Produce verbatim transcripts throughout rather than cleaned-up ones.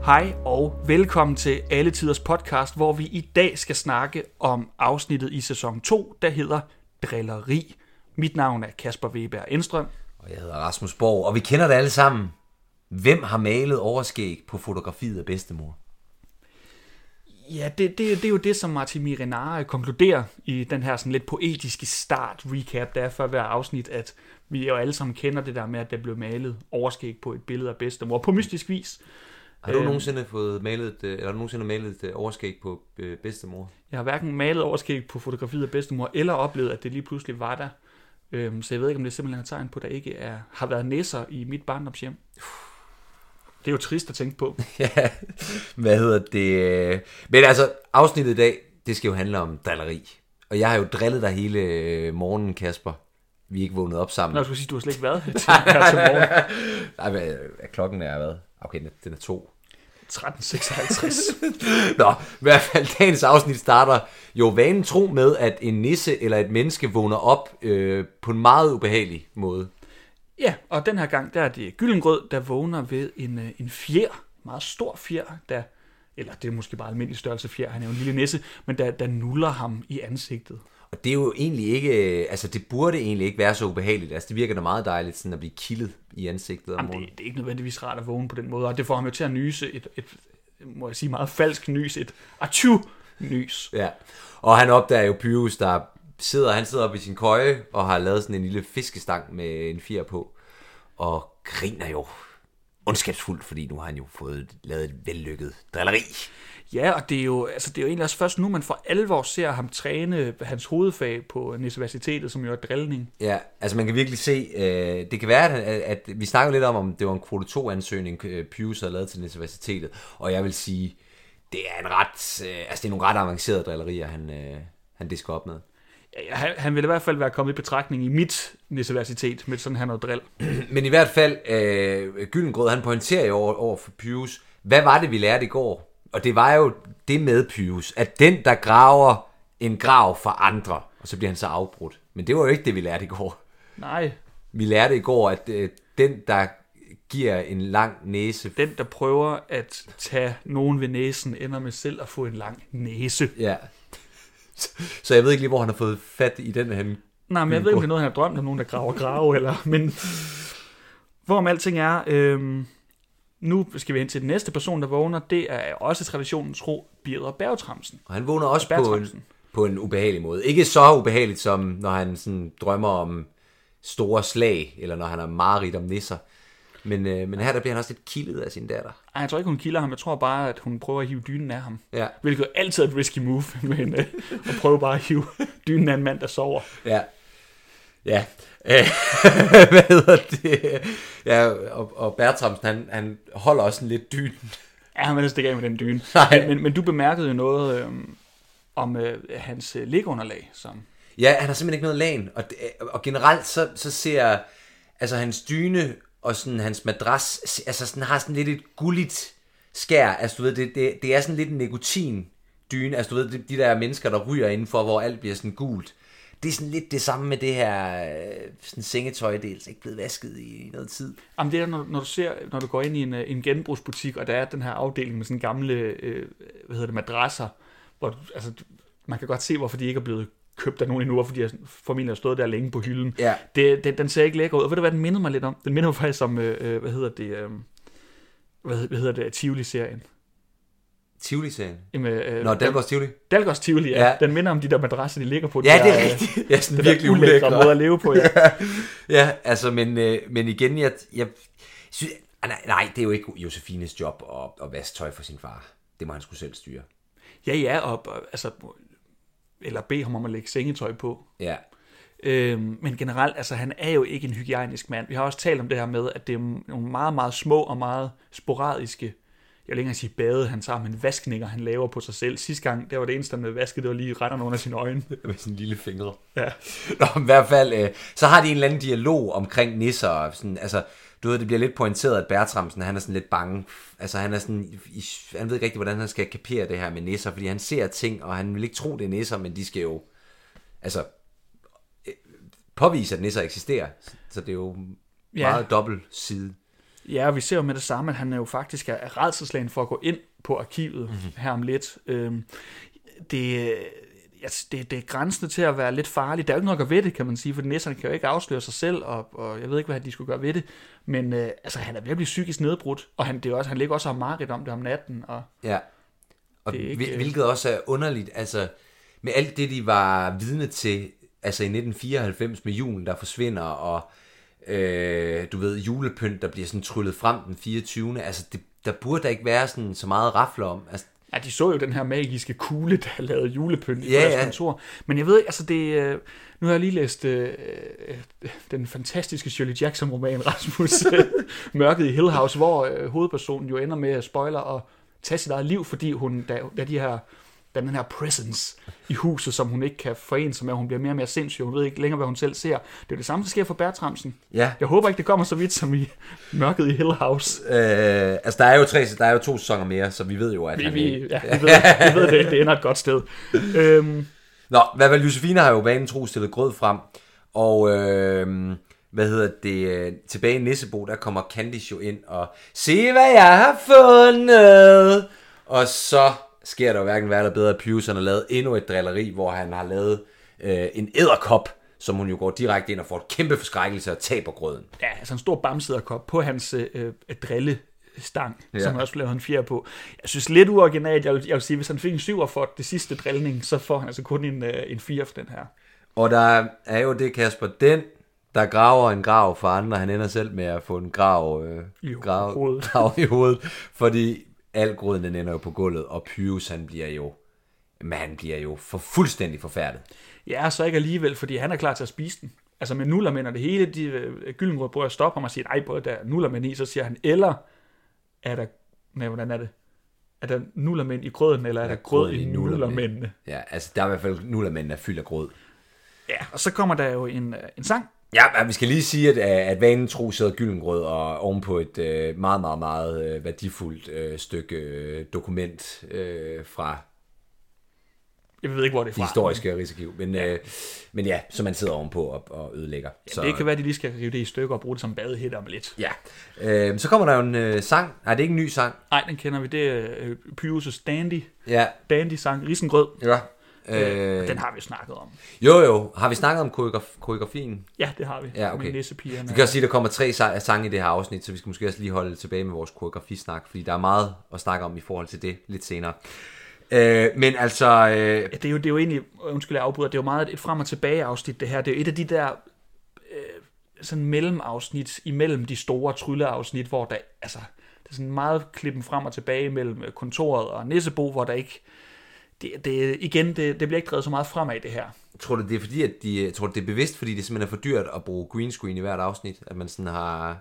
Hej og velkommen til Alle Tiders podcast, hvor vi i dag skal snakke om afsnittet i sæson to, der hedder Drilleri. Mit navn er Kasper Weber Enstrøm. Og jeg hedder Rasmus Borg, og vi kender det alle sammen. Hvem har malet overskæg på fotografiet af bedstemor? Ja, det, det, det er jo det, som Martin Mirinare konkluderer i den her sådan lidt poetiske start-recap, der er for hver afsnit, at vi jo alle sammen kender det der med, at der blev malet overskæg på et billede af bedstemor på mystisk vis. Har du nogensinde fået malet, eller nogensinde malet et overskæg på bedstemor? Jeg har hverken malet overskæg på fotografiet af bedstemor, eller oplevet, at det lige pludselig var der. Så jeg ved ikke, om det simpelthen er et tegn på, at der ikke er, har været næsser i mit barndomshjem. Det er jo trist at tænke på. Ja, hvad hedder det? Men altså, afsnittet i dag, det skal jo handle om drilleri. Og jeg har jo drillet dig hele morgenen, Kasper. Vi er ikke vågnet op sammen. Nå, jeg skulle sige, du har slet ikke været her til, her til morgen. Nej, hvad, klokken er hvad? Okay, den er to. tretten seksoghalvtreds. Nå, i hvert fald dagens afsnit starter jo vanen tro med, at en nisse eller et menneske vågner op øh, på en meget ubehagelig måde. Ja, og den her gang, der er det Gyllengrød, der vågner ved en, en fjer, meget stor fjer, der, eller det er måske bare almindelig størrelse fjer, han er jo en lille nisse, men der, der nuller ham i ansigtet. Og det er jo egentlig ikke, altså det burde egentlig ikke være så ubehageligt, altså det virker da meget dejligt sådan at blive kildet i ansigtet. Jamen, det, det er ikke nødvendigvis rart at vågne på den måde, og det får ham jo til at nyse et, et må jeg sige, meget falsk nys, et achu-nys. Ja, og han opdager jo Pyrus, der sidder, han sidder oppe i sin køje og har lavet sådan en lille fiskestang med en fjer på, og griner jo ondskabsfuldt, fordi nu har han jo fået lavet et vellykket drilleri. Ja, og det er jo, altså det er jo egentlig også først nu, man for alvor ser ham træne hans hovedfag på universitetet, som jo er drillning. Ja, altså man kan virkelig se, øh, det kan være, at, at vi snakker lidt om, om det var en kvote to ansøgning, øh, Pyrus havde lavet til universitetet, og jeg vil sige, det er en ret, øh, altså det er nogle ret avancerede drillerier, han, øh, han disker op med. Ja, han, han ville i hvert fald være kommet i betragtning i mit universitet med sådan her noget drill. Men i hvert fald, øh, Gyllengrød, han pointerer jo over, over for Pyrus, hvad var det, vi lærte i går? Og det var jo det med Pyrus, at den, der graver en grav for andre, og så bliver han så afbrudt. Men det var jo ikke det, vi lærte i går. Nej. Vi lærte i går, at øh, den, der giver en lang næse... Den, der prøver at tage nogen ved næsen, ender med selv at få en lang næse. Ja. Så jeg ved ikke lige, hvor han har fået fat i den her. Nej, men jeg ved ikke, om det er noget, han har drømt om, nogen, der graver grave, eller... Men hvorom alting er... Øh... Nu skal vi hen til den næste person, der vågner. Det er også traditionens tro, Birger Bertramsen. Og han vågner også på en, på en ubehagelig måde. Ikke så ubehageligt, som når han sådan drømmer om store slag, eller når han har mareridt om nisser. Men, øh, men her der bliver han også lidt kildet af sin datter. Ej, jeg tror ikke, hun kilder ham. Jeg tror bare, at hun prøver at hive dynen af ham. Ja. Hvilket er altid et risky move, men øh, at prøve bare at hive dynen af en mand, der sover. Ja. Ja. Hvad hedder det? Ja, og, og Bertramsen, han, han holder også en lidt dynen. Ja, han vil stikke af med den dyne. Men, men, men du bemærkede jo noget øh, om øh, hans øh, liggeunderlag. Som... Ja, han har simpelthen ikke noget lagen. Og, og generelt så, så ser altså hans dyne og sådan hans madras, altså sådan har sådan lidt et gulligt skær. Altså du ved, det, det, det er sådan lidt en nikotin dyne. Altså du ved, de, de der mennesker, der ryger indenfor, hvor alt bliver sådan gult. Det er sådan lidt det samme med det her sådan sengetøj, det er altså ikke blevet vasket i noget tid. Jamen det er, når, når du ser, når du går ind i en, en genbrugsbutik, og der er den her afdeling med sådan gamle, øh, hvad hedder det, madrasser, hvor altså, man kan godt se, hvorfor de ikke er blevet købt af nogen endnu, fordi de formentlig har stået der længe på hylden. Ja. Det, det, den ser ikke lækker ud. Og ved du hvad, den minder mig lidt om? Den minder mig faktisk om, øh, hvad hedder det, øh, hvad, hvad hedder det, Tivoli-serien. Tivoli-serien? Jamen, øh, Nå, Dalgårds Tivoli? Dalgårds Tivoli, ja. ja. Den minder om de der madrasser, de ligger på. Ja, de det er der, rigtigt. Ja, sådan det virkelig ulækre ulækre måde at leve på, ja. Ja, altså, men, øh, men igen, jeg, jeg synes, nej, nej, det er jo ikke Josefines job at, at vaske tøj for sin far. Det må han sgu selv styre. Ja, ja, og, altså, eller bede ham om at lægge sengetøj på. Ja. Øhm, men generelt, altså han er jo ikke en hygiejnisk mand. Vi har også talt om det her med, at det er nogle meget, meget små og meget sporadiske, jeg vil ikke engang sige bade, han tager, men vaskninger, han laver på sig selv. Sidste gang, der var det eneste, han havde vasket, det var lige retterne under sine øjne. Med sine lille fingre. Ja. Nå, i hvert fald, øh, så har de en eller anden dialog omkring nisser. Og sådan, altså, du ved, det bliver lidt pointeret, at Bertramsen, han er sådan lidt bange. Altså, han er sådan, han ved ikke rigtig, hvordan han skal kapere det her med nisser, fordi han ser ting, og han vil ikke tro, det er nisser, men de skal jo, altså, påvise, at nisser eksisterer. Så det er jo meget ja. dobbelt side. Ja, vi ser jo med det samme, at han er jo faktisk er rædselslagen for at gå ind på arkivet mm-hmm. her om lidt. Øhm, det, altså, det, det er grænsende til at være lidt farligt. Der er jo ikke noget at gøre ved det, kan man sige, for nisserne kan jo ikke afsløre sig selv, og, og jeg ved ikke, hvad de skulle gøre ved det. Men øh, altså, han er ved at blive psykisk nedbrudt, og han, det er også, han ligger også og har mareridt om det om natten. Og ja, og det er ikke, hvilket også er underligt, altså med alt det, de var vidne til, altså i nitten fireoghalvfems med julen, der forsvinder, og øh, du ved, julepynt, der bliver sådan tryllet frem den fireogtyvende Altså, det, der burde der ikke være sådan så meget rafler om. Altså, ja, de så jo den her magiske kugle, der lavede julepynt i ja, deres ja. kontor. Men jeg ved ikke, altså det... Nu har jeg lige læst øh, den fantastiske Shirley Jackson-roman, Rasmus, Mørket i Hill House, hvor øh, hovedpersonen jo ender med, spoiler, at tage sit eget liv, fordi hun, da, da de her... Der er den her presence i huset, som hun ikke kan forene sig med, hun bliver mere og mere sindssyg, hun ved ikke længere, hvad hun selv ser. Det er jo det samme, der sker for Bertramsen. Ja. Jeg håber ikke, det kommer så vidt som i Mørket i Hill House. Øh, altså, der er, jo tre, der er jo to sæsoner mere, så vi ved jo, at vi, han vi, er... ja, vi ved, vi ved det, det ender et godt sted. øhm. Nå, hvad vel, Josefine har jo vanen tro stillet grød frem, og... Øh, hvad hedder det, tilbage i Nissebo, der kommer Candice jo ind og se, hvad jeg har fundet. Og så sker der jo hverken værre eller bedre, at Pius han har lavet endnu et drilleri, hvor han har lavet øh, en edderkop, som hun jo går direkte ind og får et kæmpe forskrækkelse og taber grøden. Ja, altså en stor bamsederkop på hans øh, drillestang, ja. Som han også lavede en fjer på. Jeg synes lidt uoriginalt, jeg vil, jeg vil sige, hvis han fik en syver for det sidste drillning, så får han altså kun en, øh, en fire for den her. Og der er jo det, Kasper, den der graver en grav for andre, han ender selv med at få en grav, øh, I, grav, hovedet. grav i hovedet, fordi al gryden den ender jo på gulvet, og Pius han bliver jo, men han bliver jo for fuldstændig forfærdet. Ja, så ikke alligevel, fordi han er klar til at spise den. Altså med nullermænd og det hele, de øh, Gyllengrød prøver at stoppe ham og sige, nej, både der er nullermænd i, så siger han, eller er der, nej, hvordan er det? Er der nullermænd i grøden, eller er, er der grød i nullermændene? Ja, altså der er i hvert fald nullermændene, der fylder grød. Ja, og så kommer der jo en, en sang. Ja, vi skal lige sige, at, at vanen tro sidder Gyllengrød og ovenpå et øh, meget, meget, meget øh, værdifuldt øh, stykke øh, dokument øh, fra jeg ved ikke, hvor det er fra. Historiske rigsarkiv, men, ja. Øh, men ja, som man sidder ovenpå og, og ødelægger. Ja, så, det kan være, at de lige skal rive det i stykker og bruge det som badehæt om lidt. Ja, øh, så kommer der jo en øh, sang. Nej, det er ikke en ny sang. Nej, den kender vi. Det er øh, Pius' Dandy. Ja. Dandy-sang, Risengrød. Ja. Øh, den har vi snakket om. Jo, jo. Har vi snakket om koreograf- koreografien? Ja, det har vi. Ja, okay. Vi kan også sige, at der kommer tre sange i det her afsnit, så vi skal måske også lige holde tilbage med vores koreografisnak, fordi der er meget at snakke om i forhold til det lidt senere. Øh, men altså... Øh... Ja, det, er jo, det er jo egentlig, undskyld jeg afbryder, det er jo meget et frem og tilbage afsnit det her. Det er jo et af de der øh, sådan mellemafsnit imellem de store trylleafsnit, hvor der, altså, det er sådan meget klippen frem og tilbage mellem kontoret og Nissebo, hvor der ikke... Det, det, igen, det, det bliver ikke drevet så meget fremad, det her. Tror du, det er fordi, at de, tror du, det er bevidst, fordi det simpelthen er for dyrt at bruge green screen i hvert afsnit? At man sådan har,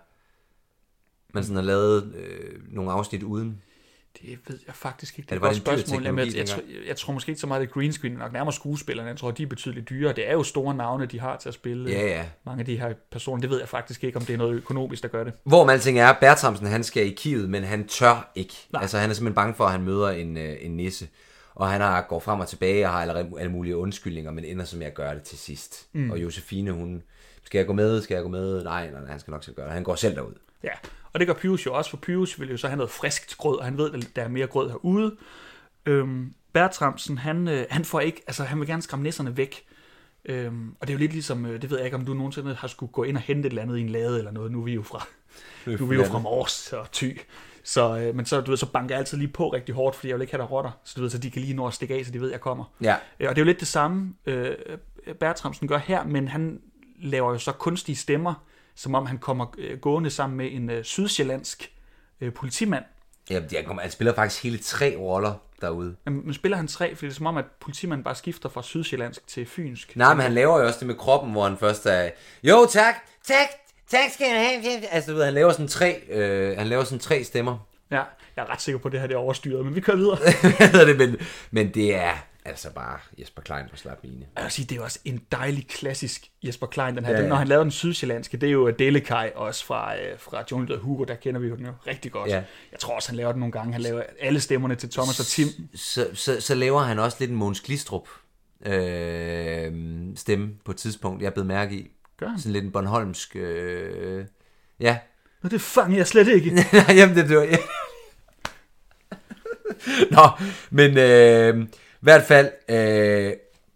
man sådan har lavet øh, nogle afsnit uden? Det ved jeg faktisk ikke. Det, det var et godt spørgsmål. Jamen, jeg, jeg, jeg, jeg, jeg tror måske ikke så meget, det er green screen, nok nærmere skuespillerne. Jeg tror, de er betydeligt dyre. Det er jo store navne, de har til at spille. Ja, ja. Mange af de her personer. Det ved jeg faktisk ikke, om det er noget økonomisk, der gør det. Hvor man alting er, Bertramsen, han skal i Kievet, men han tør ikke. Nej. Altså, han er simpelthen bange for, at han møder en, en nisse. Og han har går frem og tilbage og har allerede alle mulige undskyldninger, men ender så med at gøre det til sidst. Mm. Og Josefine, hun, skal jeg gå med, skal jeg gå med? Nej, nej, nej, han skal nok skal gøre det. Han går selv derud. Ja, og det gør Pius jo også, for Pius vil jo så have noget friskt grød, og han ved, at der er mere grød herude. Øhm, Bertramsen, han, øh, han får ikke, altså han vil gerne skræmme nisserne væk. Øhm, og det er jo lidt ligesom, øh, det ved jeg ikke, om du nogensinde har skulle gå ind og hente et eller andet i en lade eller noget. Nu er vi jo fra, nu er vi jo fra Mors og Thy. Så, øh, men så, du ved, så banker jeg altid lige på rigtig hårdt, fordi jeg vil ikke have der rotter, så, du ved, så de kan lige nå at stikke af, så de ved, at jeg kommer. Ja. Øh, og det er jo lidt det samme, øh, Bertramsen gør her, men han laver jo så kunstige stemmer, som om han kommer øh, gående sammen med en øh, sydsjællandsk øh, politimand. Ja, han spiller faktisk hele tre roller derude. Men, men spiller han tre, fordi det er som om, at politimanden bare skifter fra sydsjællandsk til fynsk. Nej, men han laver jo også det med kroppen, hvor han først er, jo tak, tak, tak skal jeg have. Altså du ved, han laver sådan tre, øh, han laver sådan tre stemmer. Ja, jeg er ret sikker på, at det her det er overstyret, men vi kører videre. det, men, men det er altså bare Jesper Klein på slap mine. Jeg vil sige, det er også en dejlig klassisk Jesper Klein, den her. Ja, ja. Den, når han lavede den sydsjællandske, det er jo Delecaj også fra, øh, fra Jungle Hugo, der kender vi jo den jo rigtig godt. Ja. Jeg tror også, han laver den nogle gange. Han laver alle stemmerne til Thomas og Tim. Så, så, så laver han også lidt en Mogens Glistrup øh, stemme på et tidspunkt, jeg er blevet mærke i. Gør han? Sådan lidt en bornholmsk... Øh, ja. Og det fanger jeg slet ikke. Nej, jamen det var... Nå, men øh, i hvert fald, øh,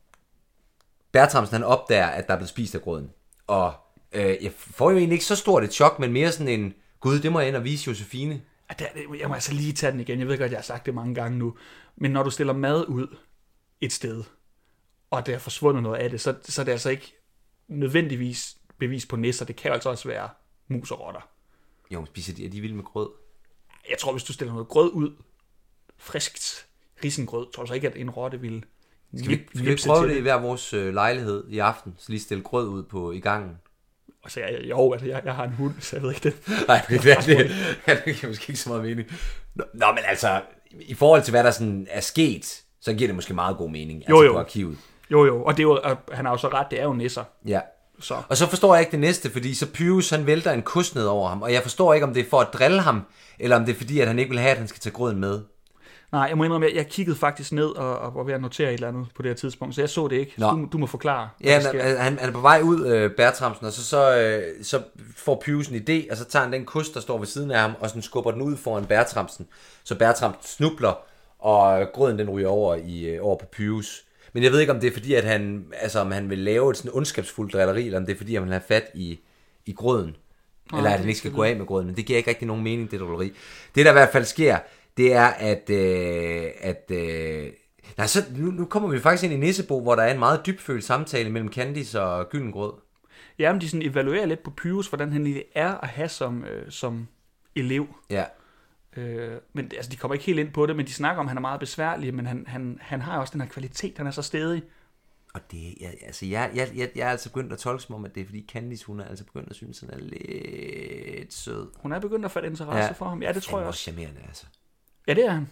Bertramsen han opdager, at der er blevet spist af grøden. Og øh, jeg får jo egentlig ikke så stort et chok, men mere sådan en, gud, det må jeg ind og vise Josefine. Jeg må altså lige tage den igen. Jeg ved godt, jeg har sagt det mange gange nu. Men når du stiller mad ud et sted, og der er forsvundet noget af det, så, så er det altså ikke nødvendigvis bevis på nisser. Det kan altså også være mus og rotter. Jo, spiser de, er de vilde med grød? Jeg tror, hvis du stiller noget grød ud, friskt risengrød, tror du så ikke, at en rotte ville Skal vi, skal vi prøve det i hver vores øh, lejlighed i aften, så lige stille grød ud på i gangen? Og så jeg, jo, altså, jeg, jeg har en hund, så jeg ved ikke det. Nej, det, det, det, det giver måske ikke så meget mening. Nå, nå, men altså, i forhold til hvad der sådan er sket, så giver det måske meget god mening, altså jo, jo. på arkivet. Jo, jo, og, det er jo, og han har jo så ret, det er jo nisser. Ja. Så. Og så forstår jeg ikke det næste, fordi så Pyrus han vælter en kus ned over ham, og jeg forstår ikke, om det er for at drille ham, eller om det er fordi, at han ikke vil have, at han skal tage grøden med. Nej, jeg må indrømme, at jeg kiggede faktisk ned og, og var ved at notere et eller andet på det her tidspunkt, så jeg så det ikke. Du, du må forklare. Ja, han, han, han er på vej ud, øh, Bertramsen, og så, så, øh, så får Pyrus en idé, og så tager han den kus, der står ved siden af ham, og sådan skubber den ud foran Bertramsen. Så Bertramsen snubler, og grøden den ryger over, i, øh, over på Pyrus. Men jeg ved ikke, om det er fordi, at han, altså, om han vil lave et sådan ondskabsfuldt drilleri, eller om det er fordi, at han vil have fat i, i grøden. Eller Nej, at han ikke skal gå af med grøden, men det giver ikke rigtig nogen mening, det drilleri. Det, der i hvert fald sker, det er, at... Øh, at øh, nej, så nu, nu kommer vi faktisk ind i Nissebo, hvor der er en meget dybfølt samtale mellem Candice og Gyldengrød. Ja, men de sådan evaluerer lidt på Pyrus, hvordan han egentlig er at have som, øh, som elev. Ja. Øh, men altså, de kommer ikke helt ind på det, men de snakker om, at han er meget besværlig, men han, han, han har også den her kvalitet, han er så stedig. Og det, jeg, altså, jeg, jeg, jeg, jeg er altså begyndt at tolke som om, at det er fordi Candice, hun er altså begyndt at synes, at han er lidt sød. Hun er begyndt at fatte interesse ja. for ham. Ja, det tror jeg også. Charmerende, altså. Ja, det er han.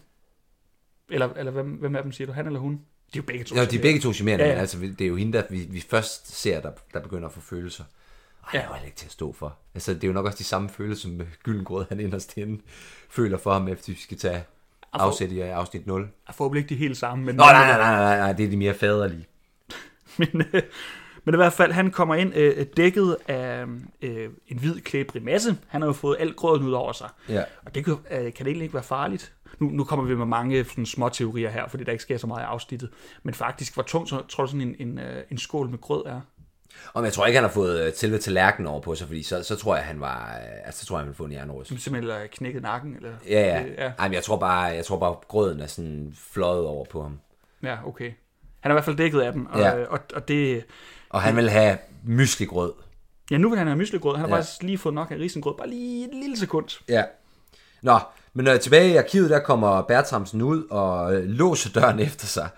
Eller, eller hvem, hvem af dem siger du? Han eller hun? De er jo begge to. Ja, de er begge to charmerende, ja, ja. Men altså, det er jo hende, der vi, vi først ser, der, der begynder at få følelser. Ej, ja. Det er jo heller ikke til at stå for. Altså, det er jo nok også de samme følelser, som Gyldengrød, han inderst inde, føler for ham, efter vi skal tage afsæt i afsnit nul. Jeg får ikke de helt samme. Men Nå, nej, nej, nej, nej, nej, det er de mere faderlige. men, øh, men i hvert fald, han kommer ind øh, dækket af øh, en hvid klæbrig masse. Han har jo fået alt grøden ud over sig. Ja. Og det kan, øh, kan det egentlig ikke være farligt. Nu, nu kommer vi med mange sådan, små teorier her, fordi der ikke sker så meget i afsnittet. Men faktisk, hvor tung så, tror du sådan en, en, en skål med grød er? Og jeg tror ikke, han har fået selve tallerkenen over på sig, fordi så, så tror jeg, han var, altså, så tror jeg, han ville få en jernrust. Simpelthen knækket nakken? Eller? Ja, ja. Øh, ja. Ej, men jeg tror bare, jeg tror bare, grøden er sådan fløjet over på ham. Ja, okay. Han er i hvert fald dækket af den, og, ja. og, og det... Og han vil have mysligrød. Ja, nu vil han have mysligrød. Han har ja. faktisk lige fået nok af risengrød. Bare lige et lille sekund. Ja. Nå, men når jeg er tilbage i arkivet, der kommer Bertramsen ud og øh, låser døren efter sig.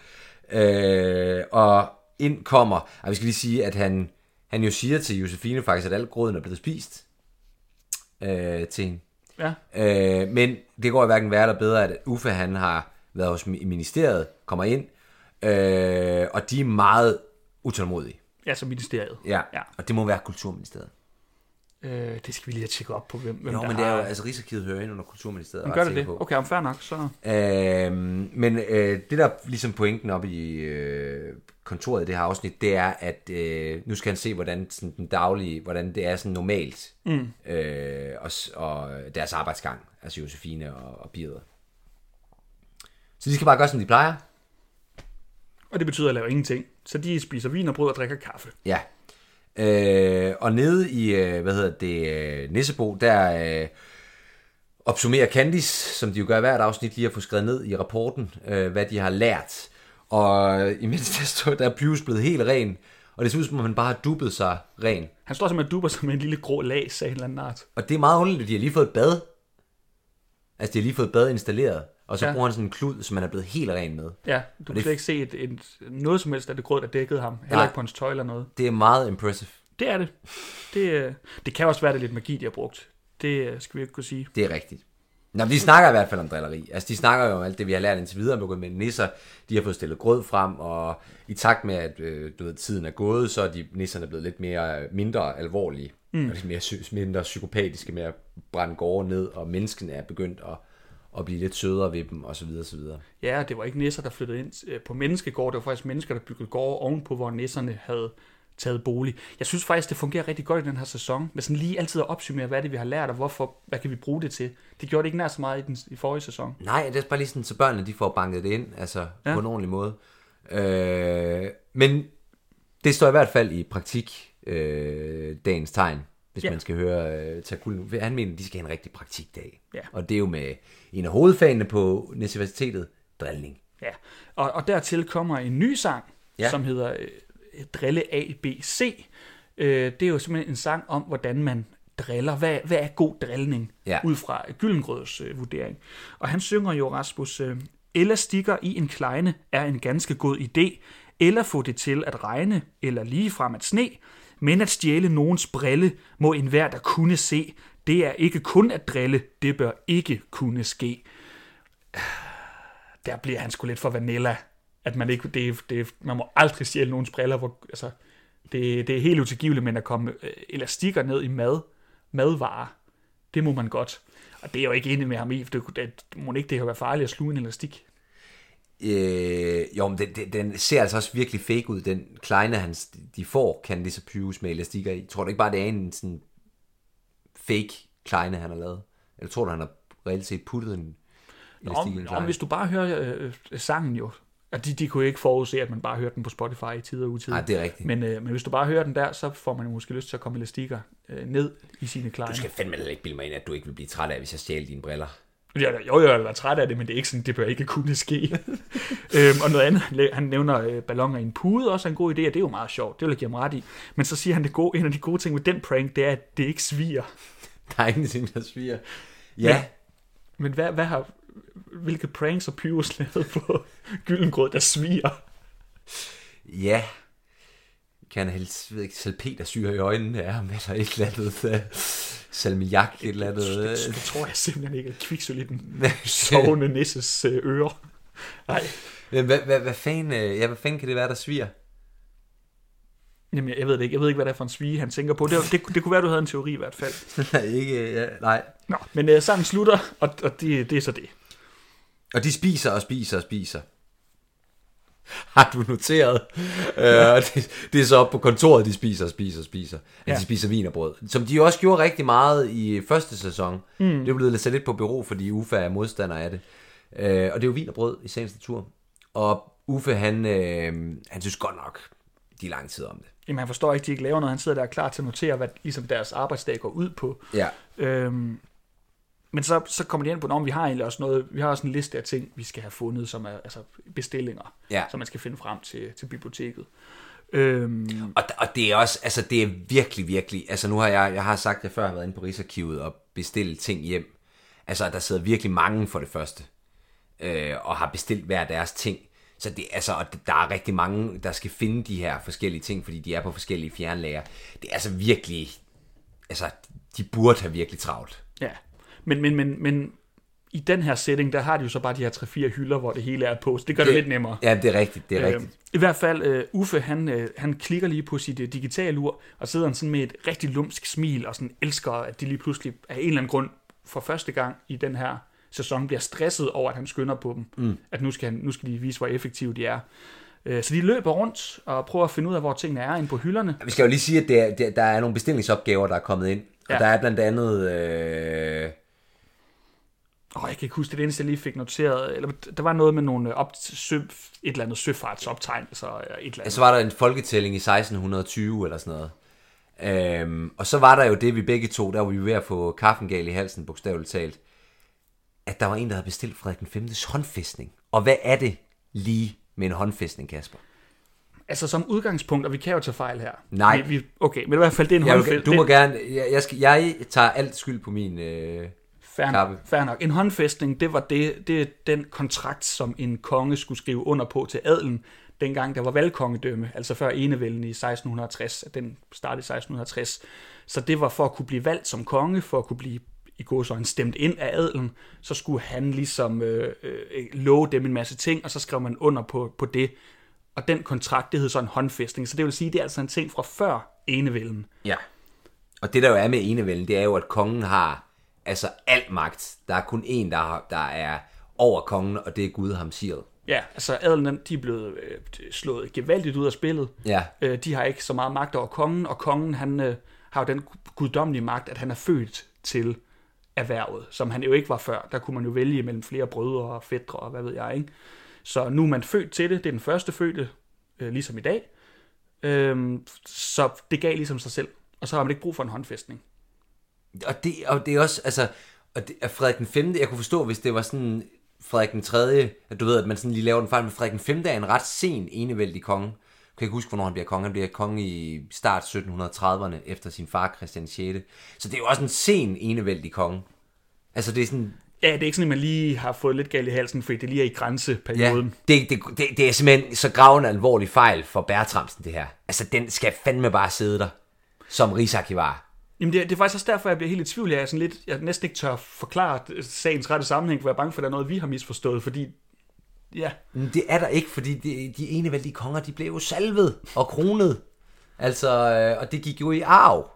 Øh, og ind kommer... Og vi skal lige sige, at han, han jo siger til Josefine faktisk, at al grøden er blevet spist øh, til hende. Ja. Øh, men det går i hverken værre eller bedre, at Uffe han har været hos ministeriet, kommer ind, øh, og de er meget utålmodige. Ja, som ministeriet. Ja, ja. Og det må være Kulturministeriet. Øh, det skal vi lige have tjekket op på, hvem, hvem jo, der men det er har... jo, altså Rigsarkivet hører ind under Kulturministeriet. Men gør det det? På. Okay, om fair nok, så... Øh, men øh, det der ligesom pointen op i øh, kontoret i det her afsnit, det er, at øh, nu skal han se, hvordan sådan, den daglige, hvordan det er sådan normalt, mm. øh, og, og deres arbejdsgang, altså Josefine og, og Birder. Så de skal bare gøre, som de plejer. Og det betyder at lave ingenting. Så de spiser vin og brød og drikker kaffe. Ja. Øh, og nede i, øh, hvad hedder det, øh, Nissebo, der øh, opsummerer Candice, som de jo gør hvert afsnit, lige at få skrevet ned i rapporten, øh, hvad de har lært. Og imens der står, der er Pyrus blevet helt ren, og det ser ud som om han bare har dubbet sig ren. Han står simpelthen og dubber sig med en lille grå las af en eller anden art. Og det er meget underligt, de har lige fået et bad. Altså, de har lige fået et bad installeret. Og så ja. bruger han sådan en klud, som han er blevet helt ren med. Ja, du kan slet ikke se et, et, noget som helst af det grød, der dækkede ham. Heller ikke på hans tøj eller noget. Det er meget impressive. Det er det. Det, det kan også være, det lidt magi, de har brugt. Det skal vi ikke kunne sige. Det er rigtigt. Nå, de snakker i hvert fald om drilleri. Altså, de snakker jo om alt det, vi har lært indtil videre med nisser. De har fået stillet grød frem, og i takt med, at øh, du ved, tiden er gået, så er de nisserne blevet lidt mere, mindre alvorlige. Mm. Og lidt mere, mindre psykopatiske med at brænde gårde ned, og menneskene er begyndt at og blive lidt sødere ved dem, og så videre, og så videre. Ja, det var ikke nisser, der flyttede ind på menneskegård. Det var faktisk mennesker, der byggede gårde ovenpå, hvor nisserne havde taget bolig. Jeg synes faktisk, det fungerer rigtig godt i den her sæson, med sådan lige altid at opsummere, hvad det vi har lært, og hvorfor, hvad kan vi bruge det til. Det gjorde det ikke nær så meget i den i forrige sæson. Nej, det er bare lige sådan, så børnene de får banket det ind, altså ja. På en ordentlig måde. Øh, men det står i hvert fald i praktik, øh, dagens tegn, hvis ja. Man skal høre øh, Takulen. Han mener, de skal have en rigtig praktikdag. Ja. Og det er jo med en af hovedfagene på universitetet, drillning. Ja, og, og dertil kommer en ny sang, ja. Som hedder øh, Drille A B C. Øh, det er jo simpelthen en sang om, hvordan man driller. Hvad, hvad er god drillning? Ja. Ud fra Gyllengrøds øh, vurdering. Og han synger jo, Rasmus, øh, eller stikker i en kleine er en ganske god idé, eller få det til at regne, eller ligefrem at sne, men at stjæle nogens brille, må enhver der kunne se. Det er ikke kun at drille, det bør ikke kunne ske. Der bliver han sgu lidt for vanilla, at man ikke, det, det, man må aldrig stjæle nogens briller, hvor, altså, det, det er helt utilgiveligt, men at komme elastikker ned i mad, madvarer, det må man godt. Og det er jo ikke enig med ham i, for det, det må ikke det kan være farligt at sluge en elastik. Øh, jo, men den, den, den ser altså også virkelig fake ud. Den kleine, han, de får, kan det så pyves med elastikker i. Tror du ikke bare, det er en sådan fake kleine, han har lavet? Eller tror du, han har reelt set puttet en elastik i en kleine? Hvis du bare hører øh, sangen jo, at de, de kunne ikke forudse, at man bare hørte den på Spotify i tid og utid. Nej, det er rigtigt. Men, øh, men hvis du bare hører den der, så får man måske lyst til at komme elastikker øh, ned i sine kleine. Du skal fandme ikke bilde mig ind, at du ikke vil blive træt af, hvis jeg stjæler dine briller. Jo, jo, jeg er træt af det, men det er ikke sådan, det bør ikke kunne ske. øhm, og noget andet, han nævner øh, balloner i en pude, også er en god idé, og det er jo meget sjovt, det vil jeg give ham ret i. Men så siger han, det gode, en af de gode ting med den prank, det er, at det ikke sviger. Der er ingenting, der sviger. Ja. Men, men hvad, hvad har, hvilke pranks har Pyrus lavet på Gyllengrød, der sviger? Ja. Kan han helst, ved ikke, salpetersyre i øjnene af ham, eller et eller andet... salmiak, et eller andet. Det, det, det tror jeg simpelthen ikke, at kviksøl i den sovende nisses ører. Nej. Hvad, hvad, hvad, fanden, ja, hvad fanden kan det være, der sviger? Jamen, jeg ved det ikke. Jeg ved ikke, hvad det er for en svige, han tænker på. Det, det, det kunne være, du havde en teori i hvert fald. Nej, ikke, ja, nej. Nå, men uh, sangen slutter, og, og det, det er så det. Og de spiser og spiser og spiser. Har du noteret? Ja. Uh, det, det er så op på kontoret, de spiser og spiser og spiser. Ja. De spiser wienerbrød. Som de også gjorde rigtig meget i første sæson. Mm. Det er blevet sat lidt på bureau, fordi Uffe er modstander af det. Uh, og det er jo wienerbrød i sagens natur. Og Uffe, han, uh, han synes godt nok, de er lang tid om det. Jamen, han forstår ikke, de ikke laver noget. Han sidder der klar til at notere, hvad ligesom deres arbejdsdag går ud på. Ja. Øhm, men så, så kommer de ind på, at vi har egentlig også noget, vi har også en liste af ting, vi skal have fundet, som er altså bestillinger, ja. Som man skal finde frem til, til biblioteket. Øhm, og, og det er også, altså det er virkelig, virkelig, altså nu har jeg, jeg har sagt det før, jeg har været inde på Rigsarkivet og bestilt ting hjem. Altså der sidder virkelig mange for det første, øh, og har bestilt hver deres ting. Så det, altså, og der er rigtig mange, der skal finde de her forskellige ting, fordi de er på forskellige fjernlager. Det er altså virkelig, altså de burde have virkelig travlt. Ja, men, men, men, men i den her setting, der har de jo så bare de her tre fire hylder, hvor det hele er på, så det gør det, det lidt nemmere. Ja, det er rigtigt, det er øh, rigtigt. I hvert fald, uh, Uffe, han, uh, han klikker lige på sit uh, digitale ur, og sidder han sådan med et rigtig lumsk smil, og sådan elsker, at de lige pludselig af en eller anden grund, for første gang i den her sæson, bliver stresset over, at han skynder på dem. Mm. At nu skal, han, nu skal de vise, hvor effektive de er. Uh, så de løber rundt og prøver at finde ud af, hvor tingene er inde på hylderne. Vi skal jo lige sige, at der, der, der er nogle bestillingsopgaver, der er kommet ind. Og ja. Der er blandt andet... Øh... Oh, jeg kan ikke huske det, det eneste, jeg lige fik noteret. Eller, der var noget med nogle op, sø, et eller andet søfartsoptegnelser. Et eller andet. Ja, så var der en folketælling i seksten tyve eller sådan noget. Øhm, og så var der jo det, vi begge to, der var vi ved at få kaffen gal i halsen, bogstaveligt talt, at der var en, der havde bestilt Frederik den femtes håndfæstning. Og hvad er det lige med en håndfæstning, Kasper? Altså som udgangspunkt, og vi kan jo tage fejl her. Nej. Vi, vi, okay, men i hvert fald, det er en håndfæstning. Du må det... gerne, jeg, jeg, skal, jeg tager alt skyld på min øh, fair kappe. Nok, fair nok. En håndfæstning, det var det, det er den kontrakt, som en konge skulle skrive under på til adelen, dengang der var valgkongedømme, altså før enevælden i seksten tres, at den startede i seksten tres. Så det var for at kunne blive valgt som konge, for at kunne blive i gåseøjne stemt ind af adelen, så skulle han ligesom øh, øh, love dem en masse ting, og så skrev man under på, på det. Og den kontrakt, det hed så en håndfæstning. Så det vil sige, det er altså en ting fra før enevælden. Ja. Og det der jo er med enevælden, det er jo, at kongen har altså al magt. Der er kun en, der, har, der er over kongen, og det er Gud ham Sigrid. Ja, altså adelen, de er blevet øh, slået gevaldigt ud af spillet. Ja. Øh, de har ikke så meget magt over kongen, og kongen han øh, har jo den guddommelige magt, at han er født til erhvervet, som han jo ikke var før. Der kunne man jo vælge mellem flere brødre og fætre og hvad ved jeg, ikke? Så nu er man født til det. Det er den første fødte, øh, ligesom i dag. Øhm, så det gav ligesom sig selv. Og så har man ikke brug for en håndfæstning. Og det, og det er også, altså, og det, at Frederik den femte, jeg kunne forstå, hvis det var sådan Frederik den tredje, at du ved, at man sådan lige laver den fejl, men Frederik den femte er en ret sen enevældig konge. Jeg kan ikke huske, hvornår han bliver konge. Han bliver konge i start sytten trediverne efter sin far Christian den sjette. Så det er jo også en sen enevældig konge. Altså det er sådan... Ja, det er ikke sådan, at man lige har fået lidt galt i halsen, fordi det lige er i grænseperioden. Ja, det, det, det, det er simpelthen så gravende alvorlig fejl for Bertramsen, det her. Altså den skal fandme bare sidde der, som rigsarkivar. Jamen det, det er faktisk også derfor, jeg bliver helt i tvivl. Jeg er sådan lidt, jeg næsten ikke tør forklare sagens rette sammenhæng, for jeg er bange for, at der er noget, vi har misforstået, fordi... Ja. Men det er der ikke, fordi de, de enevældige konger, de blev jo salvet og kronet. Altså, og det gik jo i arv.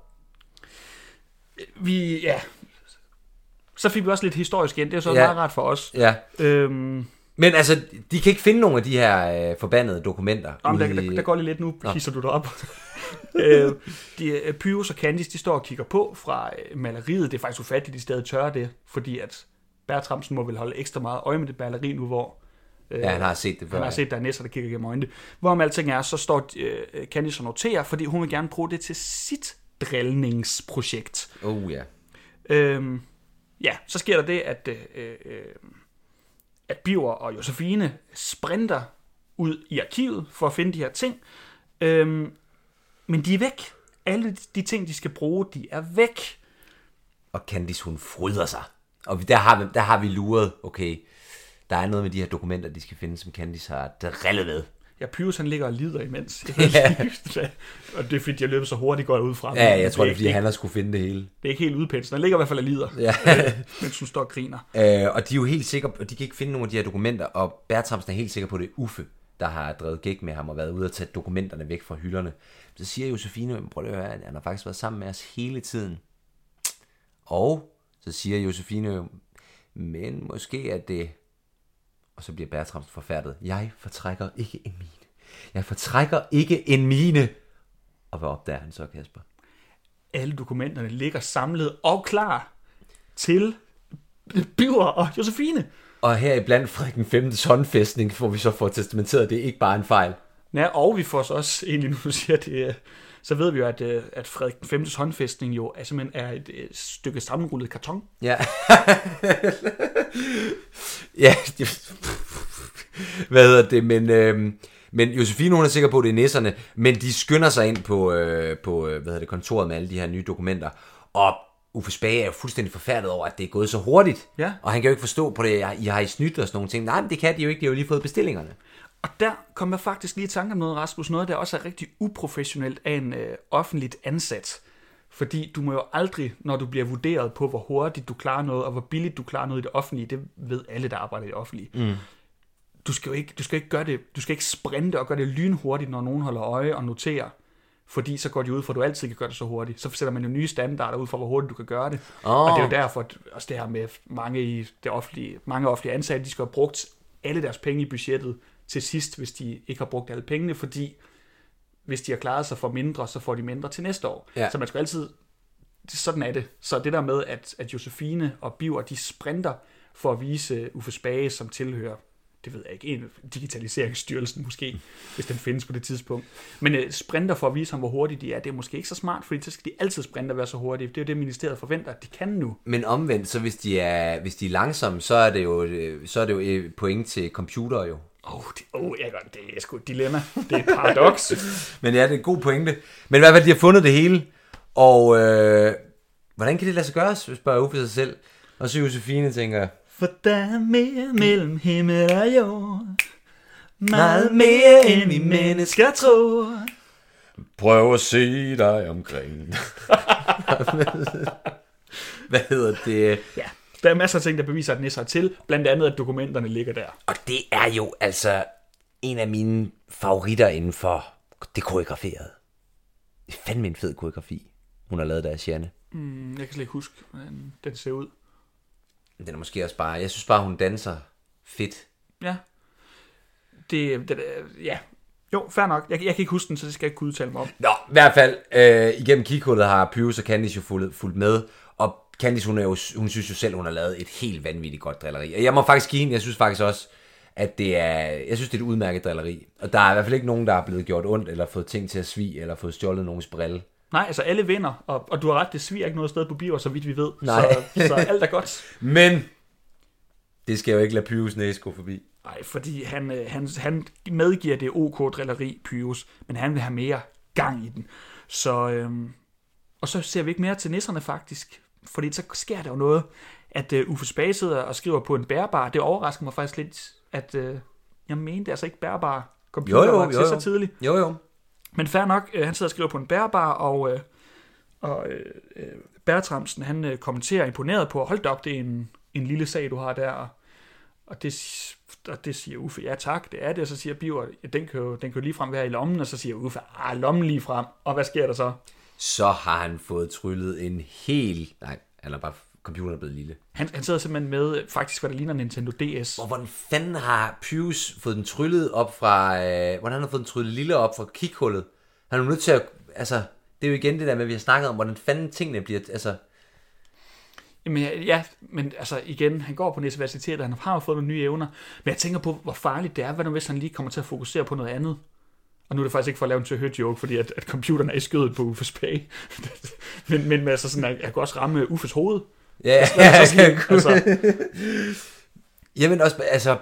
Vi, ja... Så fik vi også lidt historisk ind. Det er så ja. meget rart for os. Ja. Øhm... Men altså, de kan ikke finde nogen af de her øh, forbandede dokumenter. Jamen, der, der, der går lige lidt nu, hisser du derop. øh, de, Pyrrhus og Candice, de står og kigger på fra øh, maleriet. Det er faktisk ufatteligt, de stadig tør det, fordi at Bertramsen må vel holde ekstra meget øje med det maleri nu, hvor... Øh, ja, han har set det før. Han har set, der er næsser, der kigger gennem øjnene. Hvorom alting er, så står øh, Candice og noterer, fordi hun vil gerne bruge det til sit drillningsprojekt. Oh ja. Øhm, ja, så sker der det, at... Øh, øh, at Birger og Josefine sprinter ud i arkivet for at finde de her ting. Øhm, men de er væk. Alle de ting, de skal bruge, de er væk. Og Candice, hun fryder sig. Og der har vi, der har vi luret, okay, der er noget med de her dokumenter, de skal finde, som Candice har drillet ved. Ja, Pyrrhus han ligger og lider imens. Ja. Og det er fordi, de har løbet så hurtigt, går ud fra. Ja, jeg det tror, det er fordi, han har skulle finde det hele. Det er ikke helt udpenslet. Han ligger i hvert fald og lider, ja. mens hun står og griner. Øh, og de er jo helt sikre, og de kan ikke finde nogen af de her dokumenter, og Bertramsen er helt sikker på, det er Uffe, der har drevet gæk med ham og været ude og tage dokumenterne væk fra hylderne. Så siger Josefine, prøv at høre, at han har faktisk været sammen med os hele tiden. Og så siger Josefine, men måske er det... Og så bliver Bertramsen forfærdet. Jeg fortrækker ikke en mine. Jeg fortrækker ikke en mine. Og hvad opdager han så, Kasper? Alle dokumenterne ligger samlet og klar til Birger og Josefine. Og her i blandt Frederik den femtes håndfæstning, hvor vi så får testamenteret, det er ikke bare en fejl. Ja, og vi får så også, egentlig nu siger det, så ved vi jo, at, at Frederik den femtes håndfæstning jo er simpelthen er et, et stykke sammenrullet karton. Ja. Ja, hvad hedder det, men, øh, men Josefine, hun er sikker på, at det er nisserne, men de skynder sig ind på, øh, på hvad hedder det, kontoret med alle de her nye dokumenter, og Uffe Spage er jo fuldstændig forfærdet over, at det er gået så hurtigt, ja. Og han kan jo ikke forstå på det, I har I snydt og sådan nogle ting. Nej, men det kan de jo ikke, de har jo lige fået bestillingerne. Og der kom jeg faktisk lige i tanke om noget, Rasmus, noget, der også er rigtig uprofessionelt af en øh, offentligt ansat. Fordi du må jo aldrig, når du bliver vurderet på, hvor hurtigt du klarer noget, og hvor billigt du klarer noget i det offentlige, det ved alle, der arbejder i det offentlige. Mm. Du skal jo ikke, du skal ikke gøre det, du skal ikke sprinte og gøre det lynhurtigt, når nogen holder øje og noterer. Fordi så går de ud for, at du altid kan gøre det så hurtigt. Så sætter man jo nye standarder ud for, hvor hurtigt du kan gøre det. Oh. Og det er jo derfor, at også det her med mange i det offentlige, mange offentlige ansatte, de skal have brugt alle deres penge i budgettet til sidst, hvis de ikke har brugt alle pengene, fordi hvis de har klaret sig for mindre, så får de mindre til næste år. Ja. Så man skal altid... Sådan er det. Så det der med, at, at Josefine og Birger, de sprinter for at vise Uffe Spage, som tilhører, det ved jeg ikke, en digitaliseringsstyrelsen måske, hvis den findes på det tidspunkt. Men uh, sprinter for at vise ham, hvor hurtigt de er, det er måske ikke så smart, fordi så skal de altid sprinte og være så hurtige. Det er jo det, ministeriet forventer, at de kan nu. Men omvendt, så hvis de er, hvis de er langsomme, så er det jo, så er det jo point til computer jo. Åh, oh, oh, jeg godt, det er sgu et dilemma. Det er et paradoks. Men ja, det er en god pointe. Men i hvert fald, de har fundet det hele. Og øh, hvordan kan det lade sig gøre, spørger Uffe sig selv. Og så Josefine tænker... For der er mere mellem himmel og jord. Meget mere end vi mennesker tror. Prøv at se dig omkring. Hvad hedder det? Ja. Der er masser af ting, der beviser, at nisser er til. Blandt andet, at dokumenterne ligger der. Og det er jo altså en af mine favoritter inden for det koreograferede. Det er fandme en fed koreografi, hun har lavet der af Jeanne. Mm, jeg kan slet ikke huske, hvordan den ser ud. Den er måske også bare... Jeg synes bare, hun danser fedt. Ja. det, det, ja, jo, fair nok. Jeg, jeg kan ikke huske den, så det skal jeg ikke kunne udtale mig om. Nå, i hvert fald, øh, igennem kighullet har Pyrus og Candice jo fulgt, fulgt med, og Candice, hun, er jo, hun synes jo selv, hun har lavet et helt vanvittigt godt drilleri. Og jeg må faktisk give hende, jeg synes faktisk også, at det er, jeg synes, det er et udmærket drilleri. Og der er i hvert fald ikke nogen, der er blevet gjort ondt, eller fået ting til at svige, eller fået stjålet nogens brille. Nej, altså alle vinder, og, og du har ret, det sviger ikke noget sted på Biver, så vidt vi ved. Nej. Så, så alt er godt. Men det skal jo ikke lade Pyrus næse gå forbi. Nej, fordi han, han, han medgiver det OK drilleri, Pyrus, men han vil have mere gang i den. Så, øhm, og så ser vi ikke mere til nisserne faktisk, fordi så sker der jo noget, at uh, Uffe Spage sidder og skriver på en bærbar. Det overrasker mig faktisk lidt, at uh, jeg mente altså ikke bærbar computer jo, jo, var til jo, jo. så tidligt. Jo, jo. Men fair nok, uh, han sidder og skriver på en bærbar, og, uh, og uh, Bertramsen, han uh, kommenterer imponeret på, hold da op, det er en, en lille sag, du har der. Og det, og det siger Uffe, ja tak, det er det. Og så siger Biver, ja, den kan jo, den kan jo ligefrem være i lommen. Og så siger Uffe, ah, lommen lige frem. Og hvad sker der så? Så har han fået tryllet en hel... Nej, han er bare... Computeren er blevet lille. Han, han sidder simpelthen med, faktisk hvad der ligner Nintendo D S. Og hvordan fanden har Pyrus fået den tryllet op fra... Øh, hvordan han har fået den tryllet lille op fra kighullet? Han er jo nødt til at... Altså, det er jo igen det der med, vi har snakket om, hvordan fanden tingene bliver... Altså... Jamen ja, men altså igen, han går på universitetet, han har jo fået nogle nye evner. Men jeg tænker på, hvor farligt det er, hvad nu hvis han lige kommer til at fokusere på noget andet. Og nu er det faktisk ikke for at lave en to-høre joke, fordi at, at computeren er i skødet på Uffes Spage. men, men altså sådan, jeg, jeg kan også ramme Uffes hoved. Ja, ja, ja, altså. Jamen også, altså,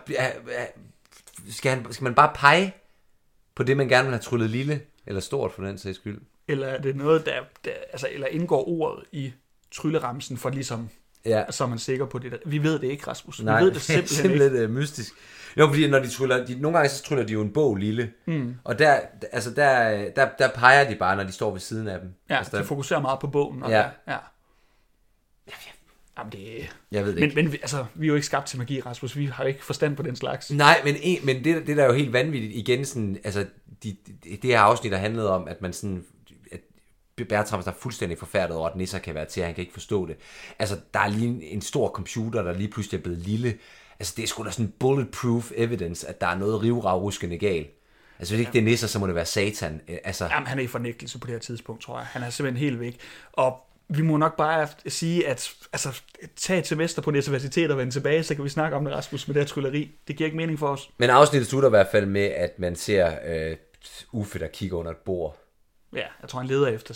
skal, han, skal man bare pege på det, man gerne vil have tryllet lille, eller stort for den sags skyld? Eller er det noget, der, der altså, eller indgår ordet i trylleramsen for ligesom, ja. Så er man sikker på det der. Vi ved det ikke, Rasmus. Nej, vi ved det simpelthen, simpelthen ikke. Uh, mystisk. Jo, fordi når de tryller, de, nogle gange så tryller de jo en bog lille, mm. og der, altså der, der, der peger de bare, når de står ved siden af dem. Ja, altså, de der... fokuserer meget på bogen. Og ja. ja. ja. Jamen det... Jeg ved det men, ikke. Men altså, vi er jo ikke skabt til magi, Rasmus. Vi har ikke forstand på den slags. Nej, men, en, men det, det der er jo helt vanvittigt igen, sådan, altså, de, de, det her afsnit, der handlede om, at man sådan... Bertrams der er fuldstændig forfærdet over, at nisser kan være til, han kan ikke forstå det. Altså, der er lige en stor computer, der lige pludselig er blevet lille. Altså, det er sgu da sådan bulletproof evidence, at der er noget rivragruskende galt. Altså, hvis ikke ja. det er nisser, så må det være satan. Altså... Jamen, han er i fornægtelse på det her tidspunkt, tror jeg. Han er simpelthen helt væk. Og vi må nok bare sige, at altså, tage et semester på universitetet og vende tilbage, så kan vi snakke om det, Rasmus, med det her trylleri. Det giver ikke mening for os. Men afsnittet slutter i hvert fald med, at man ser øh, Uffe, der kigger under et bord. Ja, jeg tror, han leder efter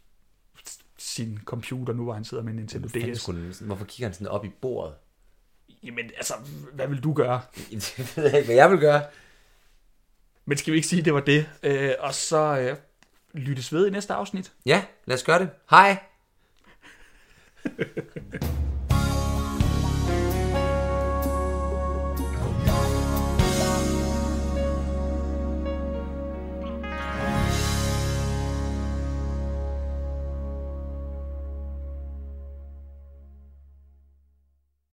sin computer, nu hvor han sidder med en Nintendo D S. Skulle, hvorfor kigger han sådan op i bordet? Jamen, altså, hvad vil du gøre? Det ved jeg ikke, hvad jeg vil gøre. Men skal vi ikke sige, at det var det? Øh, og så øh, lyttes ved i næste afsnit. Ja, lad os gøre det. Hej!